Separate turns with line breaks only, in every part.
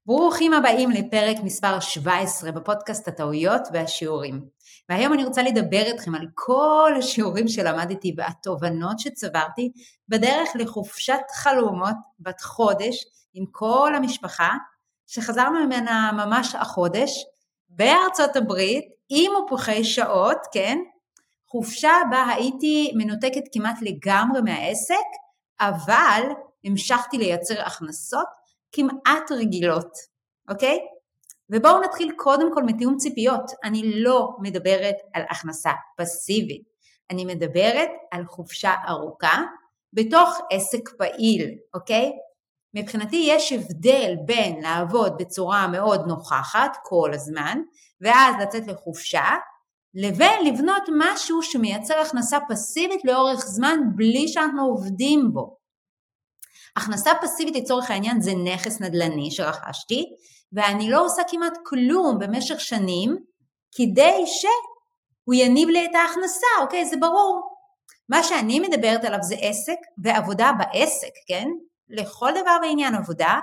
ברוכים הבאים לפרק מספר 17 בפודקאסט הטעויות והשיעורים. והיום אני רוצה לדבר איתכם על כל השיעורים שלמדתי והתובנות שצברתי בדרך לחופשת חלומות בת חודש עם כל המשפחה, שחזרנו ממנה ממש החודש בארצות הברית עם היפוכי שעות, כן? חופשה בה הייתי מנותקת כמעט לגמרי מהעסק, אבל המשכתי לייצר הכנסות כמעט רגילות, אוקיי? ובואו נתחיל קודם כל מתיאום ציפיות. אני לא מדברת על הכנסה פסיבית, אני מדברת על חופשה ארוכה בתוך עסק פעיל, אוקיי? מבחינתי יש הבדל בין לעבוד בצורה מאוד נוכחת כל הזמן, ואז לצאת לחופשה, לבין לבנות משהו שמייצר הכנסה פסיבית לאורך זמן בלי שאנחנו עובדים בו. הכנסה פסיבית לצורך העניין זה נכס נדל"ני שרכשתי, ואני לא עושה כמעט כלום במשך שנים, כדי שהוא יניב לי את ההכנסה, אוקיי? זה ברור. מה שאני מדברת עליו זה עסק ועבודה בעסק, כן? לכל דבר בעניין עבודה,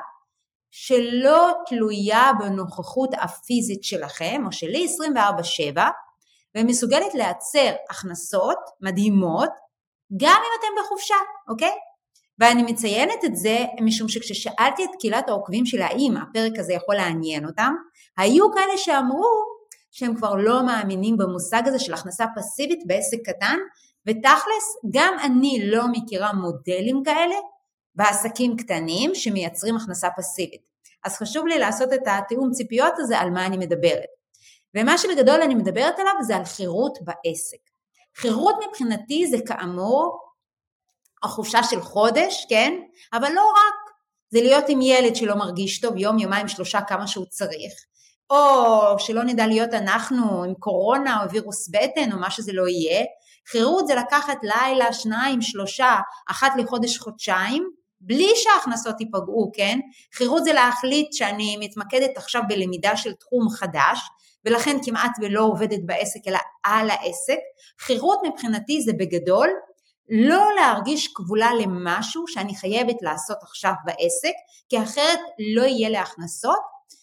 שלא תלויה בנוכחות הפיזית שלכם, או שלי 24/7, ומסוגלת לייצר הכנסות מדהימות, גם אם אתם בחופשה, אוקיי? ואני מציינת את זה משום שכששאלתי את קהילת העוקבים שלה, האם הפרק הזה יכול לעניין אותם, היו כאלה שאמרו שהם כבר לא מאמינים במושג הזה של הכנסה פסיבית בעסק קטן, ותכלס גם אני לא מכירה מודלים כאלה בעסקים קטנים שמייצרים הכנסה פסיבית. אז חשוב לי לעשות את התיאום ציפיות הזה על מה אני מדברת. ומה שבגדול אני מדברת עליו זה על חירות בעסק. חירות מבחינתי זה כאמור החופשה של חודש, כן? אבל לא רק, זה להיות עם ילד שלא מרגיש טוב יום, יומיים, 3 כמה שהוא צריך, או שלא נדע להיות אנחנו עם קורונה או וירוס בטן או מה שזה לא יהיה. חירות זה לקחת לילה, 2, 3, 1 לחודש, חודשיים, בלי שההכנסות ייפגעו, כן? חירות זה להחליט שאני מתמקדת עכשיו בלמידה של תחום חדש, ולכן כמעט ולא עובדת בעסק אלא על העסק. חירות מבחינתי זה בגדול, לא להרגיש כבולה למשהו שאני חייבת לעשות עכשיו בעסק, כי אחרת לא יהיה להכנסות,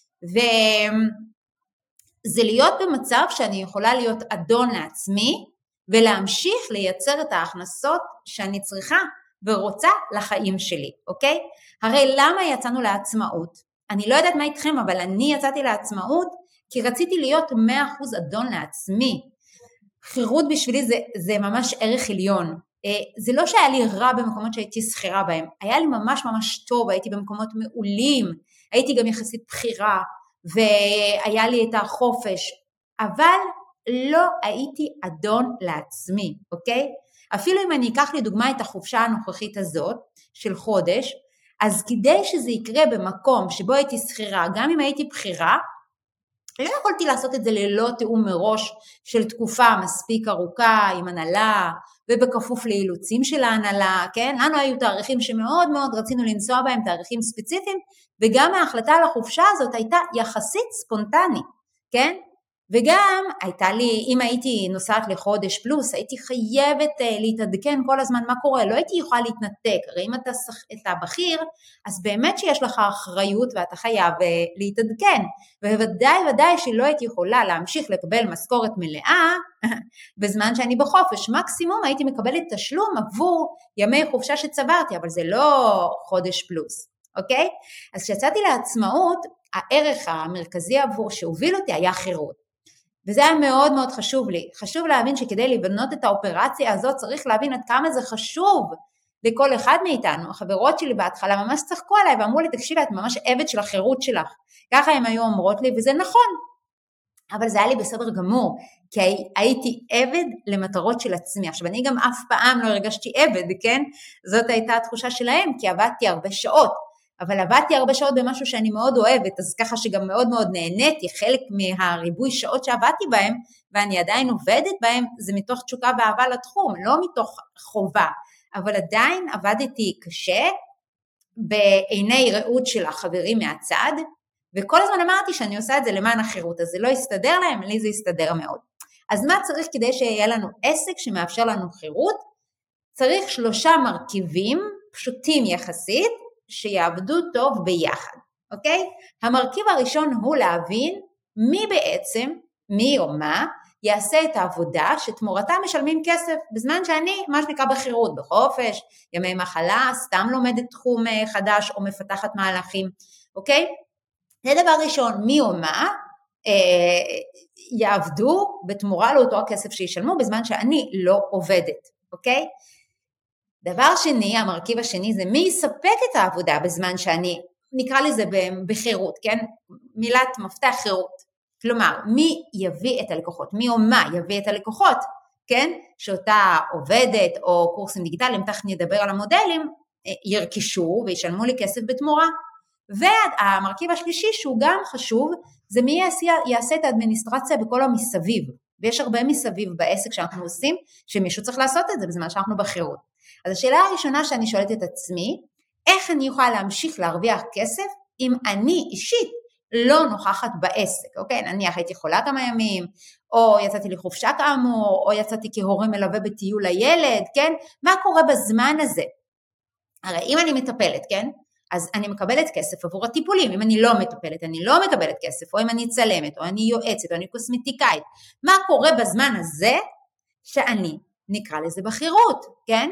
וזה להיות במצב שאני יכולה להיות אדון לעצמי, ולהמשיך לייצר את ההכנסות שאני צריכה ורוצה לחיים שלי, אוקיי? הרי למה יצאנו לעצמאות? אני לא יודעת מה איתכם, אבל אני יצאתי לעצמאות, כי רציתי להיות 100% אדון לעצמי. חירות בשבילי זה ממש ערך עליון. זה לא שהיה לי רע במקומות שהייתי שכירה בהם, היה לי ממש ממש טוב, הייתי במקומות מעולים, הייתי גם יחסית בחירה, והיה לי את החופש, אבל לא הייתי אדון לעצמי, אוקיי? אפילו אם אני אקח לי דוגמה את החופשה הנוכחית הזאת, של חודש, אז כדי שזה יקרה במקום שבו הייתי שכירה, גם אם הייתי בחירה, לא יכולתי לעשות את זה ללא תיאום מראש של תקופה מספיק ארוכה עם הנהלה, ובכפוף לאילוצים של ההנהלה, כן? לנו היו תאריכים שמאוד מאוד רצינו לנסוע בהם, תאריכים ספציפיים, וגם ההחלטה על החופשה הזאת הייתה יחסית ספונטנית, כן? וגם הייתה לי, אם הייתי נוסעת לחודש פלוס, הייתי חייבת להתעדכן כל הזמן מה קורה, לא הייתי יכולה להתנתק, הרי אם אתה בכיר, אז באמת שיש לך אחריות ואתה חייב להתעדכן, וודאי שלא הייתי יכולה להמשיך לקבל משכורת מלאה, בזמן שאני בחופש, מקסימום הייתי מקבלת תשלום עבור ימי חופשה שצברתי, אבל זה לא חודש פלוס, אוקיי? אז כשיצאתי לעצמאות, הערך המרכזי עבור שהוביל אותי היה חירות. וזה היה מאוד מאוד חשוב לי. חשוב להבין שכדי לבנות את האופרציה הזאת, צריך להבין עד כמה זה חשוב לכל אחד מאיתנו. החברות שלי בהתחלה ממש צחקו עליי, ואמרו לי, תקשיבי, את ממש עבד של החירות שלך. ככה הם היו אומרות לי, וזה נכון. אבל זה היה לי בסדר גמור, כי הייתי עבד למטרות של עצמי. עכשיו, אני גם אף פעם לא הרגשתי עבד, כן? זאת הייתה התחושה שלהם, כי עבדתי הרבה שעות. אבל עבדתי הרבה שעות במשהו שאני מאוד אוהבת, אז ככה שגם מאוד מאוד נהניתי, חלק מהריבוי שעות שעבדתי בהם, ואני עדיין עובדת בהם, זה מתוך תשוקה ואהבה לתחום, לא מתוך חובה, אבל עדיין עבדתי קשה, בעיני ראות של החברים מהצד, וכל הזמן אמרתי שאני עושה את זה למען החירות, אז זה לא יסתדר להם, לי זה יסתדר מאוד. אז מה צריך כדי שיהיה לנו עסק שמאפשר לנו חירות? צריך 3 מרכיבים פשוטים יחסית, שיעבדו טוב ביחד. אוקיי? המרכיב הראשון הוא להבין מי או מה יעשה את העבודה שתמורתה משלמים כסף, בזמן שאני מה שנקרא בחירות, בחופש, ימי מחלה, סתם לומדת תחום חדש או מפתחת מהלכים, אוקיי? זה דבר ראשון, מי או מה יעבדו בתמורה לאותו הכסף שישלמו בזמן שאני לא עובדת, אוקיי? דבר שני, המרכיב השני זה מי יספק את העבודה בזמן שאני, נקרא לזה בחירות, כן? מילת מפתח חירות. כלומר, מי יביא את הלקוחות, מי או מה יביא את הלקוחות, כן? שאותה עובדת או קורסים דיגיטליים, תכף נדבר על המודלים, ירכשו וישלמו לי כסף בתמורה. והמרכיב השלישי שהוא גם חשוב, זה מי יעשה את האדמיניסטרציה בכל המסביב, ויש הרבה מסביב בעסק שאנחנו עושים, שמישהו צריך לעשות את זה בזמן שאנחנו בחירות. אז השאלה הראשונה שאני שואלת את עצמי, איך אני יכולה להמשיך להרוויח כסף, אם אני אישית לא נוכחת בעסק, אוקיי? נניח הייתי חולה כמה ימים, או יצאתי לחופשה כאמור, או יצאתי כהורה מלווה בטיול לילד, כן? מה קורה בזמן הזה? הרי אם אני מטפלת, כן? אז אני מקבלת כסף עבור הטיפולים, אם אני לא מטפלת, אני לא מקבלת כסף, או אם אני צלמת, או אני יועצת, או אני קוסמטיקאית, מה קורה בזמן הזה שאני נקרא לזה בחירות, כן?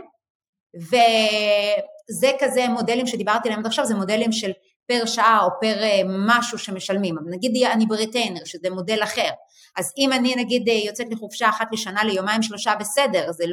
וזה כזה מודלים שדיברתי עליהם עד עכשיו, זה מודלים של פר שעה או פר משהו שמשלמים, אבל נגיד אני בריטיינר, שזה מודל אחר, אז אם אני נגיד יוצאת לחופשה אחת לשנה ליומיים שלושה בסדר, זה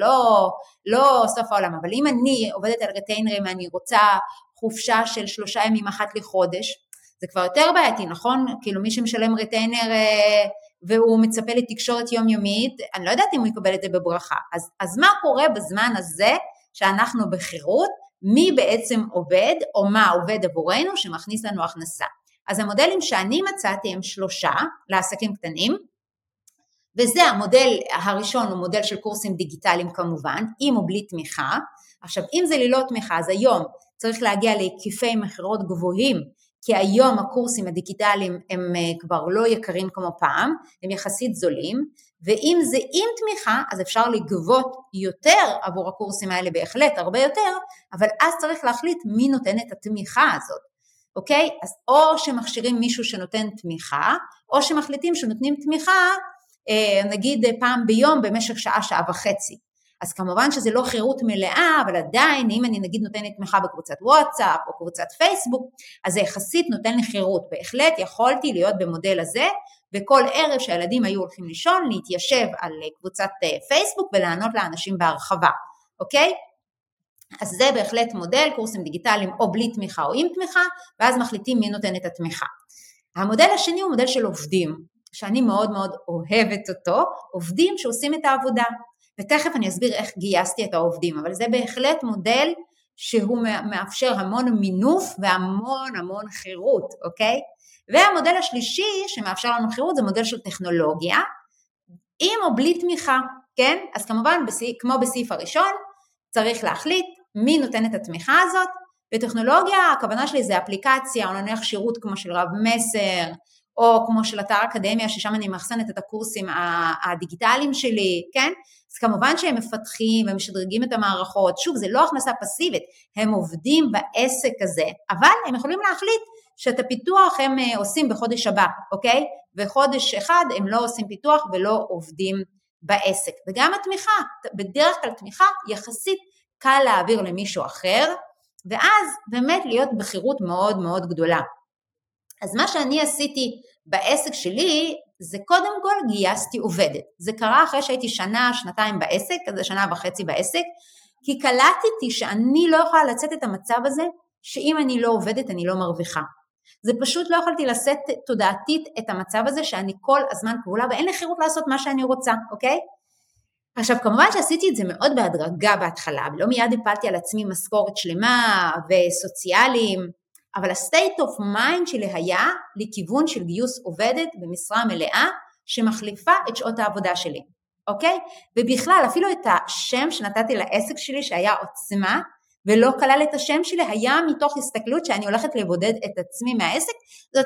לא סוף העולם, אבל אם אני עובדת על ריטיינרים, אני רוצה חופשה של 3 ימים אחת לחודש, זה כבר יותר בעייתי, נכון? כאילו מי שמשלם ריטיינר והוא מצפה לתקשורת יומיומית, אני לא יודעת אם הוא יקבל את זה בברכה, אז מה קורה בזמן הזה שאנחנו בחירות, מי בעצם עובד או מה עובד עבורנו שמכניס לנו הכנסה. אז המודלים שאני מצאתי הם 3 לעסקים קטנים, וזה המודל הראשון הוא מודל של קורסים דיגיטליים כמובן, עם או בלי תמיכה. עכשיו אם זה ללא תמיכה, אז היום צריך להגיע להיקפי מחירות גבוהים, כי היום הקורסים הדיגיטליים הם כבר לא יקרים כמו פעם, הם יחסית זולים, ואם זה עם תמיכה, אז אפשר לגבות יותר עבור הקורסים האלה בהחלט, הרבה יותר, אבל אז צריך להחליט מי נותן את התמיכה הזאת, אוקיי? אז או שמכשירים מישהו שנותן תמיכה, או שמחליטים שנותנים תמיכה, נגיד פעם ביום במשך שעה, שעה וחצי. אז כמובן שזה לא חירות מלאה, אבל עדיין אם אני נגיד נותנת תמיכה בקבוצת וואטסאפ או קבוצת פייסבוק, אז זה יחסית נותן לי חירות. בהחלט יכולתי להיות במודל הזה, וכל ערב שהילדים היו הולכים לישון, להתיישב על קבוצת פייסבוק ולענות לאנשים בהרחבה, אוקיי? אז זה בהחלט מודל, קורסים דיגיטליים או בלי תמיכה או עם תמיכה, ואז מחליטים מי נותן את התמיכה. המודל השני הוא מודל של עובדים, שאני מאוד מאוד אוהבת אותו, עובדים שעושים את העבודה. ותכף אני אסביר איך גייסתי את העובדים, אבל זה בהחלט מודל שהוא מאפשר המון מינוף והמון המון חירות, אוקיי? והמודל השלישי שמאפשר לנו חירות זה מודל של טכנולוגיה, עם או בלי תמיכה, כן? אז כמובן, כמו בסעיף הראשון, צריך להחליט מי נותן את התמיכה הזאת, וטכנולוגיה, הכוונה שלי זה אפליקציה, או נניח שירות כמו של רב מסר, או כמו של אתר אקדמיה, ששם אני מאחסנת את הקורסים הדיגיטליים שלי, כן? אז כמובן שהם מפתחים ומשדרגים את המערכות, שוב, זה לא הכנסה פסיבית, הם עובדים בעסק הזה, אבל הם יכולים להחליט שאת הפיתוח הם עושים בחודש הבא, אוקיי? וחודש אחד הם לא עושים פיתוח ולא עובדים בעסק. וגם התמיכה, בדרך כלל תמיכה יחסית קל להעביר למישהו אחר, ואז באמת להיות בחירות מאוד מאוד גדולה. אז מה שאני עשיתי בעסק שלי, זה קודם כל גייסתי עובדת. זה קרה אחרי שהייתי שנה, שנתיים בעסק, כזה שנה וחצי בעסק, כי קלטתי שאני לא יכולה לצאת את המצב הזה, שאם אני לא עובדת אני לא מרוויחה. זה פשוט לא יכולתי לשאת תודעתית את המצב הזה, שאני כל הזמן כבולה, ואין לי חירות לעשות מה שאני רוצה, אוקיי? עכשיו כמובן שעשיתי את זה מאוד בהדרגה בהתחלה, ולא מיד הפלתי על עצמי משכורת שלמה וסוציאליים, אבל ה-state of mind שלי היה לכיוון של גיוס עובדת במשרה מלאה, שמחליפה את שעות העבודה שלי, אוקיי? ובכלל, אפילו את השם שנתתי לעסק שלי, שהיה עוצמה, ולא כלל את השם שלי, היה מתוך הסתכלות שאני הולכת לבודד את עצמי מהעסק, זאת,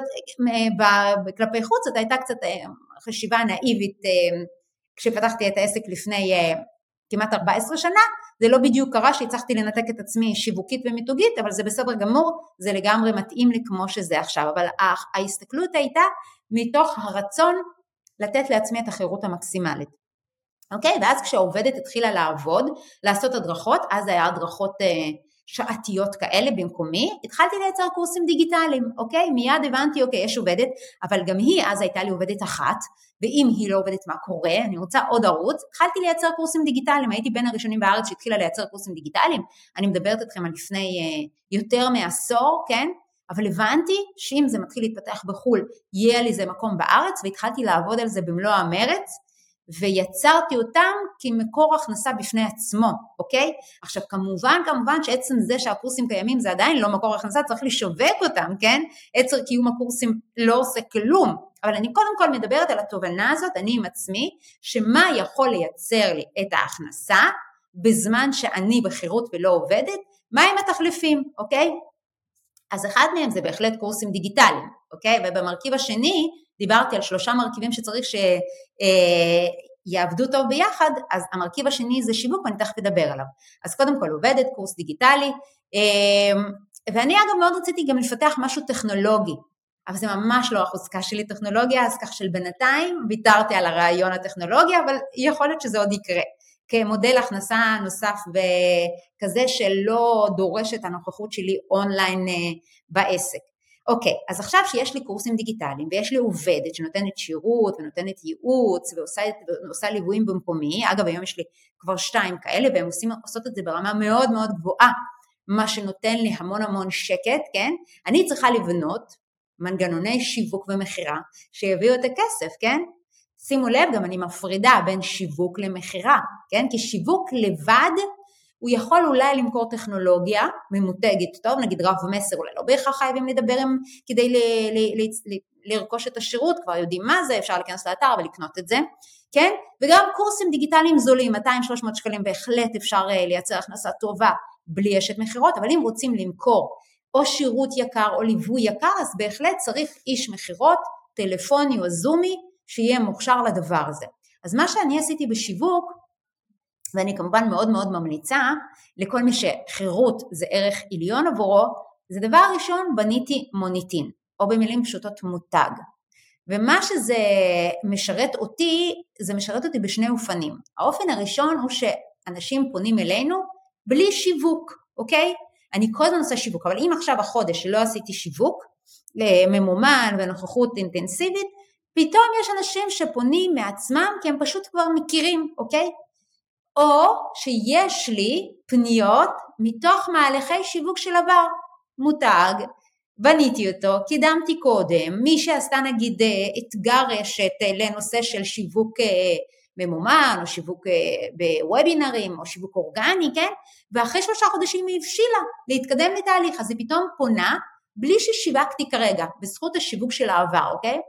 כלפי חוץ, זאת הייתה קצת חשיבה נאיבית, כשפתחתי את העסק לפני כמעט 14 שנה, זה לא בדיוק קרה שהצלחתי לנתק את עצמי שיווקית ומיתוגית, אבל זה בסדר גמור, זה לגמרי מתאים לי כמו שזה עכשיו, אבל ההסתכלות הייתה מתוך הרצון לתת לעצמי את החירות המקסימלית. אוקיי? ואז כשהעובדת התחילה לעבוד, לעשות הדרכות, אז היה הדרכות שעתיות כאלה במקומי, התחלתי לייצר קורסים דיגיטליים, אוקיי? מיד הבנתי, אוקיי, יש עובדת, אבל גם היא, אז הייתה לי עובדת אחת, ואם היא לא עובדת, מה קורה? אני רוצה עוד ערוץ, התחלתי לייצר קורסים דיגיטליים, הייתי בין הראשונים בארץ שהתחילה לייצר קורסים דיגיטליים, אני מדברת אתכם על לפני יותר מעשור, כן? אבל הבנתי שאם זה מתחיל להתפתח בחול, יהיה לי זה מקום בארץ, והתחלתי לעבוד על זה במלוא המרץ, ויצרתי אותם כמקור הכנסה בפני עצמו, אוקיי? עכשיו כמובן שעצם זה שהקורסים קיימים זה עדיין לא מקור הכנסה, צריך לשווק אותם, כן? עצם קיום הקורסים לא עושה כלום, אבל אני קודם כל מדברת על התובנה הזאת, אני עם עצמי, שמה יכול לייצר לי את ההכנסה, בזמן שאני בחירות ולא עובדת, מה עם התחליפים, אוקיי? אז אחד מהם זה בהחלט קורסים דיגיטליים, אוקיי? ובמרכיב השני, דיברתי על 3 מרכיבים שצריך שיעבדו טוב ביחד, אז המרכיב השני זה שיווק, ואני תכף אדבר עליו. אז קודם כל עובדת, קורס דיגיטלי, ואני אגב מאוד רציתי גם לפתח משהו טכנולוגי, אבל זה ממש לא החוזקה שלי טכנולוגיה, אז כך של בינתיים, ויתרתי על הרעיון הטכנולוגיה, אבל יכול להיות שזה עוד יקרה. כמודל הכנסה נוסף וכזה שלא דורש את הנוכחות שלי אונליין בעסק. אוקיי, אז עכשיו שיש לי קורסים דיגיטליים ויש לי עובדת שנותנת שירות ונותנת ייעוץ ועושה ליוויים במקומי, אגב היום יש לי כבר 2 כאלה והם עושות את זה ברמה מאוד מאוד גבוהה, מה שנותן לי המון שקט, כן? אני צריכה לבנות מנגנוני שיווק ומחירה שיביאו את הכסף, כן? שימו לב, גם אני מפרידה בין שיווק למחירה, כן? כי שיווק לבד, הוא יכול אולי למכור טכנולוגיה ממותגת טוב, נגיד רב מסר, אולי לא בהכרח חייבים לדבר כדי לרכוש את השירות, כבר יודעים מה זה, אפשר להיכנס לאתר ולקנות את זה, כן? וגם קורסים דיגיטליים זולים, 200-300 שקלים, בהחלט אפשר לייצר הכנסה טובה, בלי אשת מחירות, אבל אם רוצים למכור או שירות יקר או ליווי יקר, אז בהחלט צריך איש מחירות, טלפוני או זומי, שיהיה מוכשר לדבר הזה. אז מה שאני עשיתי בשיווק, ואני כמובן מאוד מאוד ממליצה, לכל מי שחירות זה ערך עליון עבורו, זה דבר ראשון, בניתי מוניטין, או במילים פשוטות מותג. ומה שזה משרת אותי, זה משרת אותי בשני אופנים. האופן הראשון הוא שאנשים פונים אלינו, בלי שיווק, אוקיי? אני כל הזמן עושה שיווק, אבל אם עכשיו החודש לא עשיתי שיווק, ממומן ונוכחות אינטנסיבית, פתאום יש אנשים שפונים מעצמם, כי הם פשוט כבר מכירים, אוקיי? או שיש לי פניות מתוך מהלכי שיווק של עבר, מותג, בניתי אותו, קידמתי קודם, מי שעשתה נגיד אתגר רשת לנושא של שיווק ממומן, או שיווק בוובינרים, או שיווק אורגני, כן? ואחרי 3 חודשים היא הבשילה להתקדם לתהליך, אז היא פתאום פונה, בלי ששיווקתי כרגע, בזכות השיווק של העבר, אוקיי?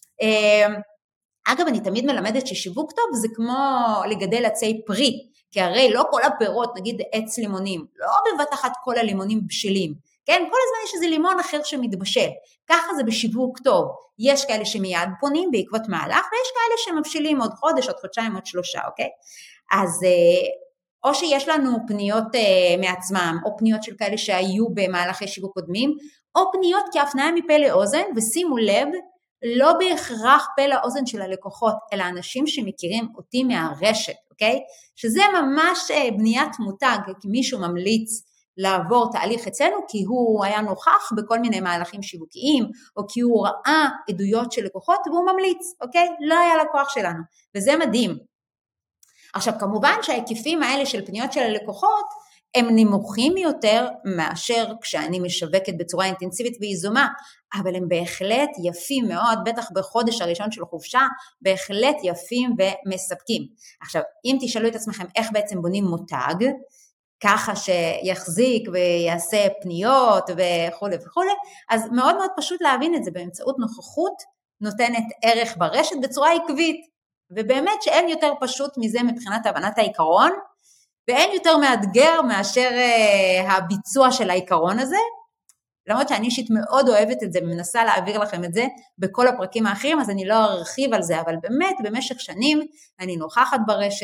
אגב, אני תמיד מלמדת ששיווק טוב זה כמו לגדל עצי פרי, כי הרי לא כל הפירות, נגיד עץ לימונים, לא בבת אחת כל הלימונים בשלים, כן? כל הזמן יש איזה לימון אחר שמתבשל, ככה זה בשיווק טוב, יש כאלה שמיד פונים בעקבות מהלך, ויש כאלה שמבשילים עוד חודש, עוד חודשיים, עוד 3, אוקיי? אז או שיש לנו פניות מעצמם, או פניות של כאלה שהיו במהלכי שיווק קודמים, או פניות כהפניה מפה לאוזן, ושימו לב, לא בהכרח פה לאוזן של הלקוחות, אלא אנשים שמכירים אותי מהרשת, אוקיי? שזה ממש בניית מותג, כי מישהו ממליץ לעבור תהליך אצלנו, כי הוא היה נוכח בכל מיני מהלכים שיווקיים, או כי הוא ראה עדויות של לקוחות, והוא ממליץ, אוקיי? לא היה לקוח שלנו, וזה מדהים. עכשיו, כמובן שההיקפים האלה של פניות של הלקוחות, הם נמוכים יותר מאשר כשאני משווקת בצורה אינטנסיבית ויזומה, אבל הם בהחלט יפים מאוד, בטח בחודש הראשון של חופשה, בהחלט יפים ומספקים. עכשיו, אם תשאלו את עצמכם איך בעצם בונים מותג, ככה שיחזיק ויעשה פניות וכו' וכו', אז מאוד מאוד פשוט להבין את זה באמצעות נוכחות, נותנת ערך ברשת בצורה עקבית, ובאמת שאין יותר פשוט מזה מבחינת הבנת העיקרון, ואין יותר מאתגר מאשר הביצוע של העיקרון הזה, למרות שאני אישית מאוד אוהבת את זה, ומנסה להעביר לכם את זה בכל הפרקים האחרים, אז אני לא ארחיב על זה, אבל באמת במשך שנים אני נוכחת ברשת,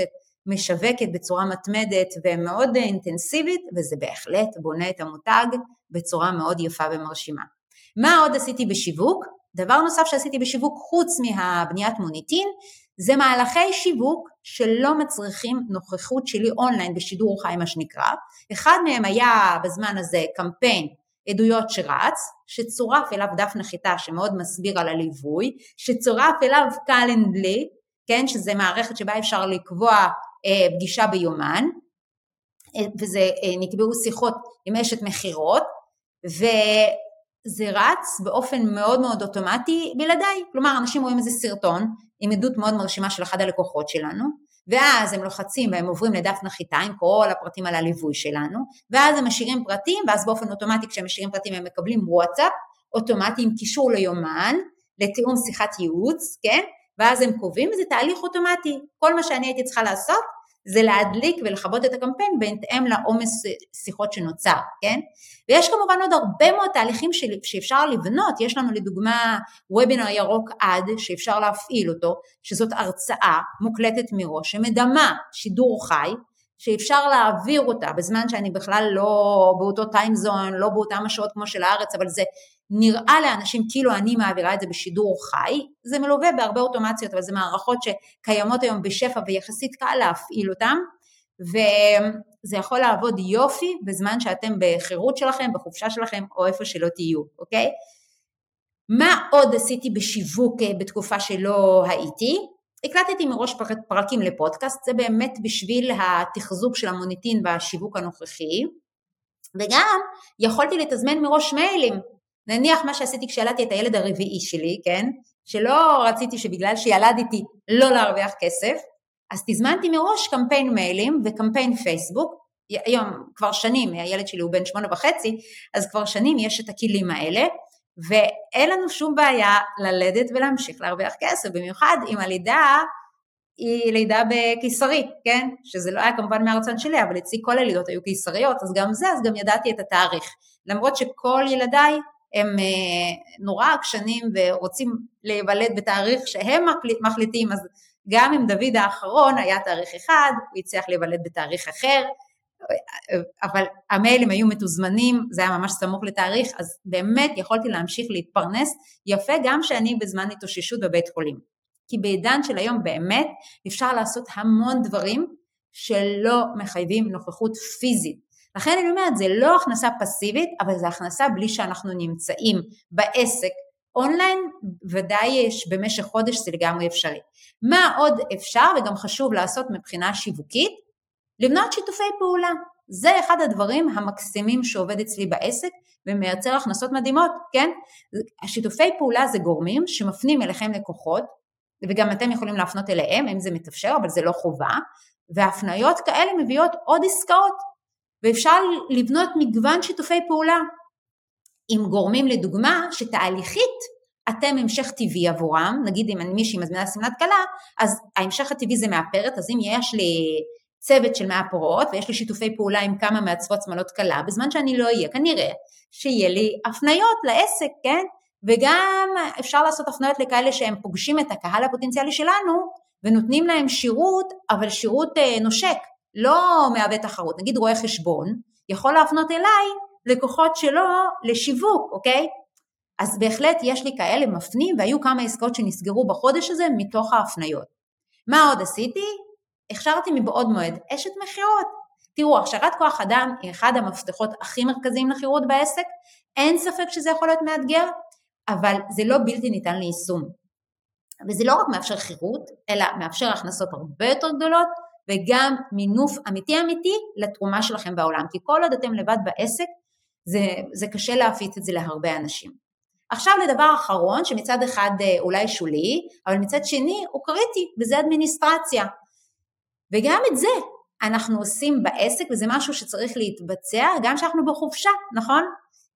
משווקת בצורה מתמדת ומאוד אינטנסיבית, וזה בהחלט בונה את המותג בצורה מאוד יפה ומרשימה. מה עוד עשיתי בשיווק? דבר נוסף שעשיתי בשיווק חוץ מהבניית מוניטין, זה מהלכי שיווק שלא מצריכים נוכחות שלי אונליין בשידור חי מה שנקרא. אחד מהם היה בזמן הזה קמפיין עדויות שרץ, שצורף אליו דף נחיתה שמאוד מסביר על הליווי, שצורף אליו קלנדלי, כן, שזה מערכת שבה אפשר לקבוע פגישה ביומן, וזה נקבעו שיחות עם אשת מחירות, וזה רץ באופן מאוד מאוד אוטומטי בלעדיי, כלומר אנשים רואים איזה סרטון עם עדות מאוד מרשימה של אחד הלקוחות שלנו, ואז הם לוחצים והם עוברים לדף נחיתה עם כל הפרטים על הליווי שלנו, ואז הם משאירים פרטים, ואז באופן אוטומטי כשהם משאירים פרטים הם מקבלים וואטסאפ, אוטומטי עם קישור ליומן, לתיאום שיחת ייעוץ, כן? ואז הם קובעים, וזה תהליך אוטומטי. כל מה שאני הייתי צריכה לעשות, זה להדליק ולחבות את הקמפיין, בהתאם לעומס שיחות שנוצר, כן? ויש כמובן עוד הרבה מאוד תהליכים שאפשר לבנות, יש לנו לדוגמה וובינר ירוק עד, שאפשר להפעיל אותו, שזאת הרצאה מוקלטת מראש, שמדמה שידור חי, שאפשר להעביר אותה, בזמן שאני בכלל לא באותו טיים זון, לא באותם השעות כמו של הארץ, אבל זה נראה לאנשים כאילו אני מעבירה את זה בשידור חי, זה מלווה בהרבה אוטומציות, אבל זה מערכות שקיימות היום בשפע ויחסית קל להפעיל אותם, וזה יכול לעבוד יופי בזמן שאתם בחירות שלכם, בחופשה שלכם, או איפה שלא תהיו, אוקיי? מה עוד עשיתי בשיווק בתקופה שלא הייתי? הקלטתי מראש פרקים לפודקאסט, זה באמת בשביל התחזוק של המוניטין בשיווק הנוכחי, וגם יכולתי לתזמן מראש מיילים, נניח מה שעשיתי כשילדתי את הילד הרביעי שלי, כן? שלא רציתי שבגלל שילדתי לא להרוויח כסף, אז תזמנתי מראש קמפיין מיילים וקמפיין פייסבוק, היום כבר שנים, הילד שלי הוא בן 8.5, אז כבר שנים יש את הכלים האלה, ואין לנו שום בעיה ללדת ולהמשיך להרוויח כסף, במיוחד אם הלידה היא לידה בקיסרי, כן? שזה לא היה כמובן מהרצון שלי, אבל אצלי כל הלידות היו קיסריות, אז גם זה, אז גם ידעתי את התאריך. למרות שכל ילדיי הם נורא עקשנים ורוצים להיוולד בתאריך שהם מחליטים, אז גם עם דוד האחרון היה תאריך אחד, הוא הצליח להיוולד בתאריך אחר, אבל המיילים היו מתוזמנים, זה היה ממש סמוך לתאריך, אז באמת יכולתי להמשיך להתפרנס יפה גם שאני בזמן התאוששות בבית חולים. כי בעידן של היום באמת אפשר לעשות המון דברים שלא מחייבים נוכחות פיזית. לכן אני אומרת, זה לא הכנסה פסיבית, אבל זה הכנסה בלי שאנחנו נמצאים בעסק אונליין, ודאי במשך חודש זה לגמרי אפשרי. מה עוד אפשר וגם חשוב לעשות מבחינה שיווקית? לבנות שיתופי פעולה. זה אחד הדברים המקסימים שעובד אצלי בעסק, ומייצר הכנסות מדהימות, כן? השיתופי פעולה זה גורמים שמפנים אליכם לקוחות, וגם אתם יכולים להפנות אליהם, אם זה מתאפשר, אבל זה לא חובה, וההפניות כאלה מביאות עוד עסקאות, ואפשר לבנות מגוון שיתופי פעולה, עם גורמים לדוגמה, שתהליכית אתם המשך טבעי עבורם, נגיד אם אני מישהי מזמינה שמלת כלה, אז ההמשך הטבעי זה מאפרת, אז אם יש לי צוות של מאפרות, ויש לי שיתופי פעולה עם כמה מעצבות שמלות כלה, בזמן שאני לא אהיה, כנראה שיהיה לי הפניות לעסק, כן? וגם אפשר לעשות הפניות לכאלה שהם פוגשים את הקהל הפוטנציאלי שלנו, ונותנים להם שירות, אבל שירות נושק, לא מהווה תחרות. נגיד רואה חשבון, יכול להפנות אליי לקוחות שלו לשיווק, אוקיי? אז בהחלט יש לי כאלה מפנים, והיו כמה עסקאות שנסגרו בחודש הזה מתוך ההפניות. מה עוד עשיתי? הכשרתי מבעוד מועד אשת מחירות. תראו, הכשרת כוח אדם היא אחד המפתחות הכי מרכזיים לחירות בעסק, אין ספק שזה יכול להיות מאתגר, אבל זה לא בלתי ניתן ליישום. וזה לא רק מאפשר חירות, אלא מאפשר הכנסות הרבה יותר גדולות, וגם מינוף אמיתי לתרומה שלכם בעולם, כי כל עוד אתם לבד בעסק, זה קשה להפיץ את זה להרבה אנשים. עכשיו לדבר אחרון, שמצד אחד אולי שולי, אבל מצד שני הוא קריטי, וזה אדמיניסטרציה. וגם את זה אנחנו עושים בעסק, וזה משהו שצריך להתבצע, גם שאנחנו בחופשה, נכון?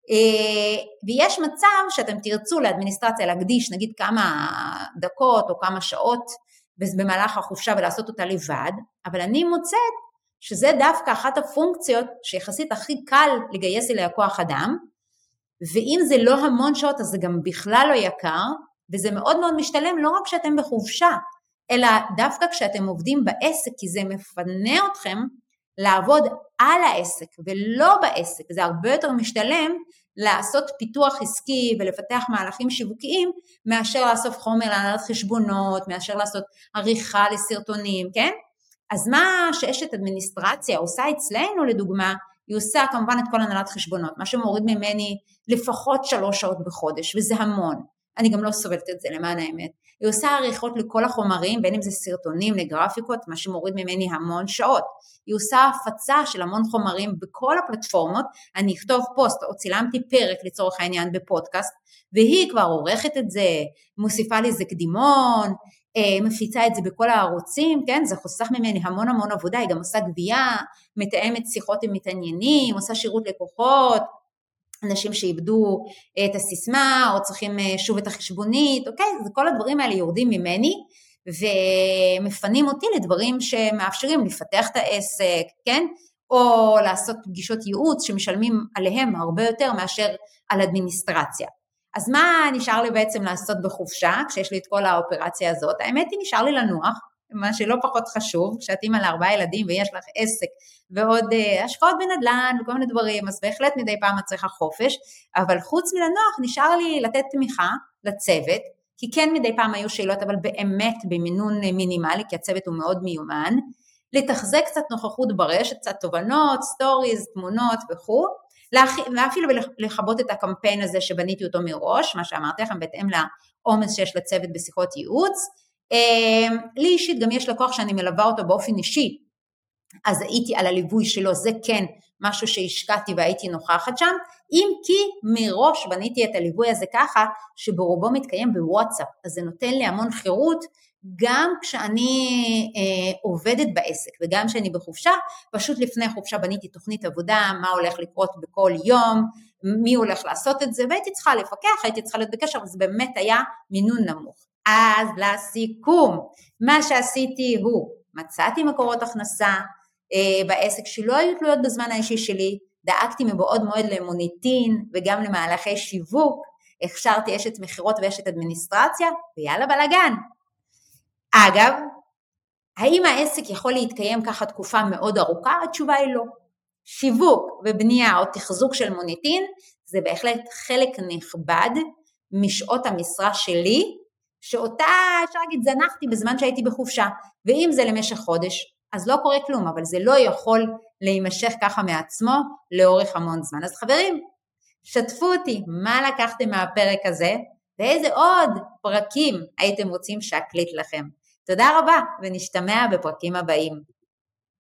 ויש מצב שאתם תרצו לאדמיניסטרציה להקדיש, נגיד כמה דקות או כמה שעות במהלך החופשה ולעשות אותה לבד, אבל אני מוצאת שזה דווקא אחת הפונקציות שיחסית הכי קל לגייס אליה כוח אדם, ואם זה לא המון שעות אז זה גם בכלל לא יקר, וזה מאוד מאוד משתלם לא רק שאתם בחופשה, אלא דווקא כשאתם עובדים בעסק, כי זה מפנה אתכם לעבוד על העסק ולא בעסק, זה הרבה יותר משתלם לעשות פיתוח עסקי ולפתח מהלכים שיווקיים, מאשר לאסוף חומר להנהלת חשבונות, מאשר לעשות עריכה לסרטונים, כן? אז מה שאשת אדמיניסטרציה עושה אצלנו לדוגמה, היא עושה כמובן את כל הנהלת חשבונות, מה שמוריד ממני לפחות 3 שעות בחודש, וזה המון. אני גם לא סובלת את זה למען האמת. היא עושה עריכות לכל החומרים, בין אם זה סרטונים לגרפיקות, מה שמוריד ממני המון שעות. היא עושה הפצה של המון חומרים בכל הפלטפורמות, אני אכתוב פוסט או צילמתי פרק לצורך העניין בפודקאסט, והיא כבר עורכת את זה, מוסיפה לי זה קדימון, מפיצה את זה בכל הערוצים, כן? זה חוסך ממני המון המון עבודה, היא גם עושה גבייה, מתאמת שיחות עם מתעניינים, עושה שירות לקוחות, אנשים שאיבדו את הסיסמה, או צריכים שוב את החשבונית, אוקיי? אז כל הדברים האלה יורדים ממני, ומפנים אותי לדברים שמאפשרים לפתח את העסק, כן? או לעשות פגישות ייעוץ שמשלמים עליהם הרבה יותר מאשר על אדמיניסטרציה. אז מה נשאר לי בעצם לעשות בחופשה, כשיש לי את כל האופרציה הזאת? האמת היא נשאר לי לנוח, מה שלא פחות חשוב, כשאת אימא ל4 ילדים ויש לך עסק ועוד השקעות בנדל"ן וכל מיני דברים, אז בהחלט מדי פעם את צריכה חופש, אבל חוץ מלנוח נשאר לי לתת תמיכה לצוות, כי כן מדי פעם היו שאלות, אבל באמת במינון מינימלי, כי הצוות הוא מאוד מיומן, לתחזק קצת נוכחות ברשת, קצת תובנות, סטוריז, תמונות וכו', ואפילו לחבות את הקמפיין הזה שבניתי אותו מראש, מה שאמרתי לכם, בהתאם לעומס שיש לצוות בשיחות ייעוץ. לי אישית גם יש לקוח שאני מלווה אותו באופן אישי, אז הייתי על הליווי שלו, זה כן משהו שהשקעתי והייתי נוכחת שם, אם כי מראש בניתי את הליווי הזה ככה, שברובו מתקיים בוואטסאפ, אז זה נותן לי המון חירות, גם כשאני עובדת בעסק, וגם כשאני בחופשה, פשוט לפני חופשה בניתי תוכנית עבודה, מה הולך לקרות בכל יום, מי הולך לעשות את זה, והייתי צריכה לפקח, הייתי צריכה להיות בקשר, אז באמת היה מינון נמוך. אז לסיכום, מה שעשיתי הוא, מצאתי מקורות הכנסה בעסק שלא היו תלויות בזמן האישי שלי, דאגתי מבעוד מועד למוניטין וגם למהלכי שיווק, הכשרתי אשת מחירות ואשת אדמיניסטרציה, ויאללה בלגן. אגב, האם העסק יכול להתקיים ככה תקופה מאוד ארוכה? התשובה היא לא. שיווק ובנייה או תחזוק של מוניטין, זה בהחלט חלק נכבד משעות המשרה שלי, שאותה אפשר להגיד זנחתי בזמן שהייתי בחופשה, ואם זה למשך חודש, אז לא קורה כלום, אבל זה לא יכול להימשך ככה מעצמו לאורך המון זמן. אז חברים, שתפו אותי מה לקחתם מהפרק הזה, ואיזה עוד פרקים הייתם רוצים שאקליט לכם. תודה רבה, ונשתמע בפרקים הבאים.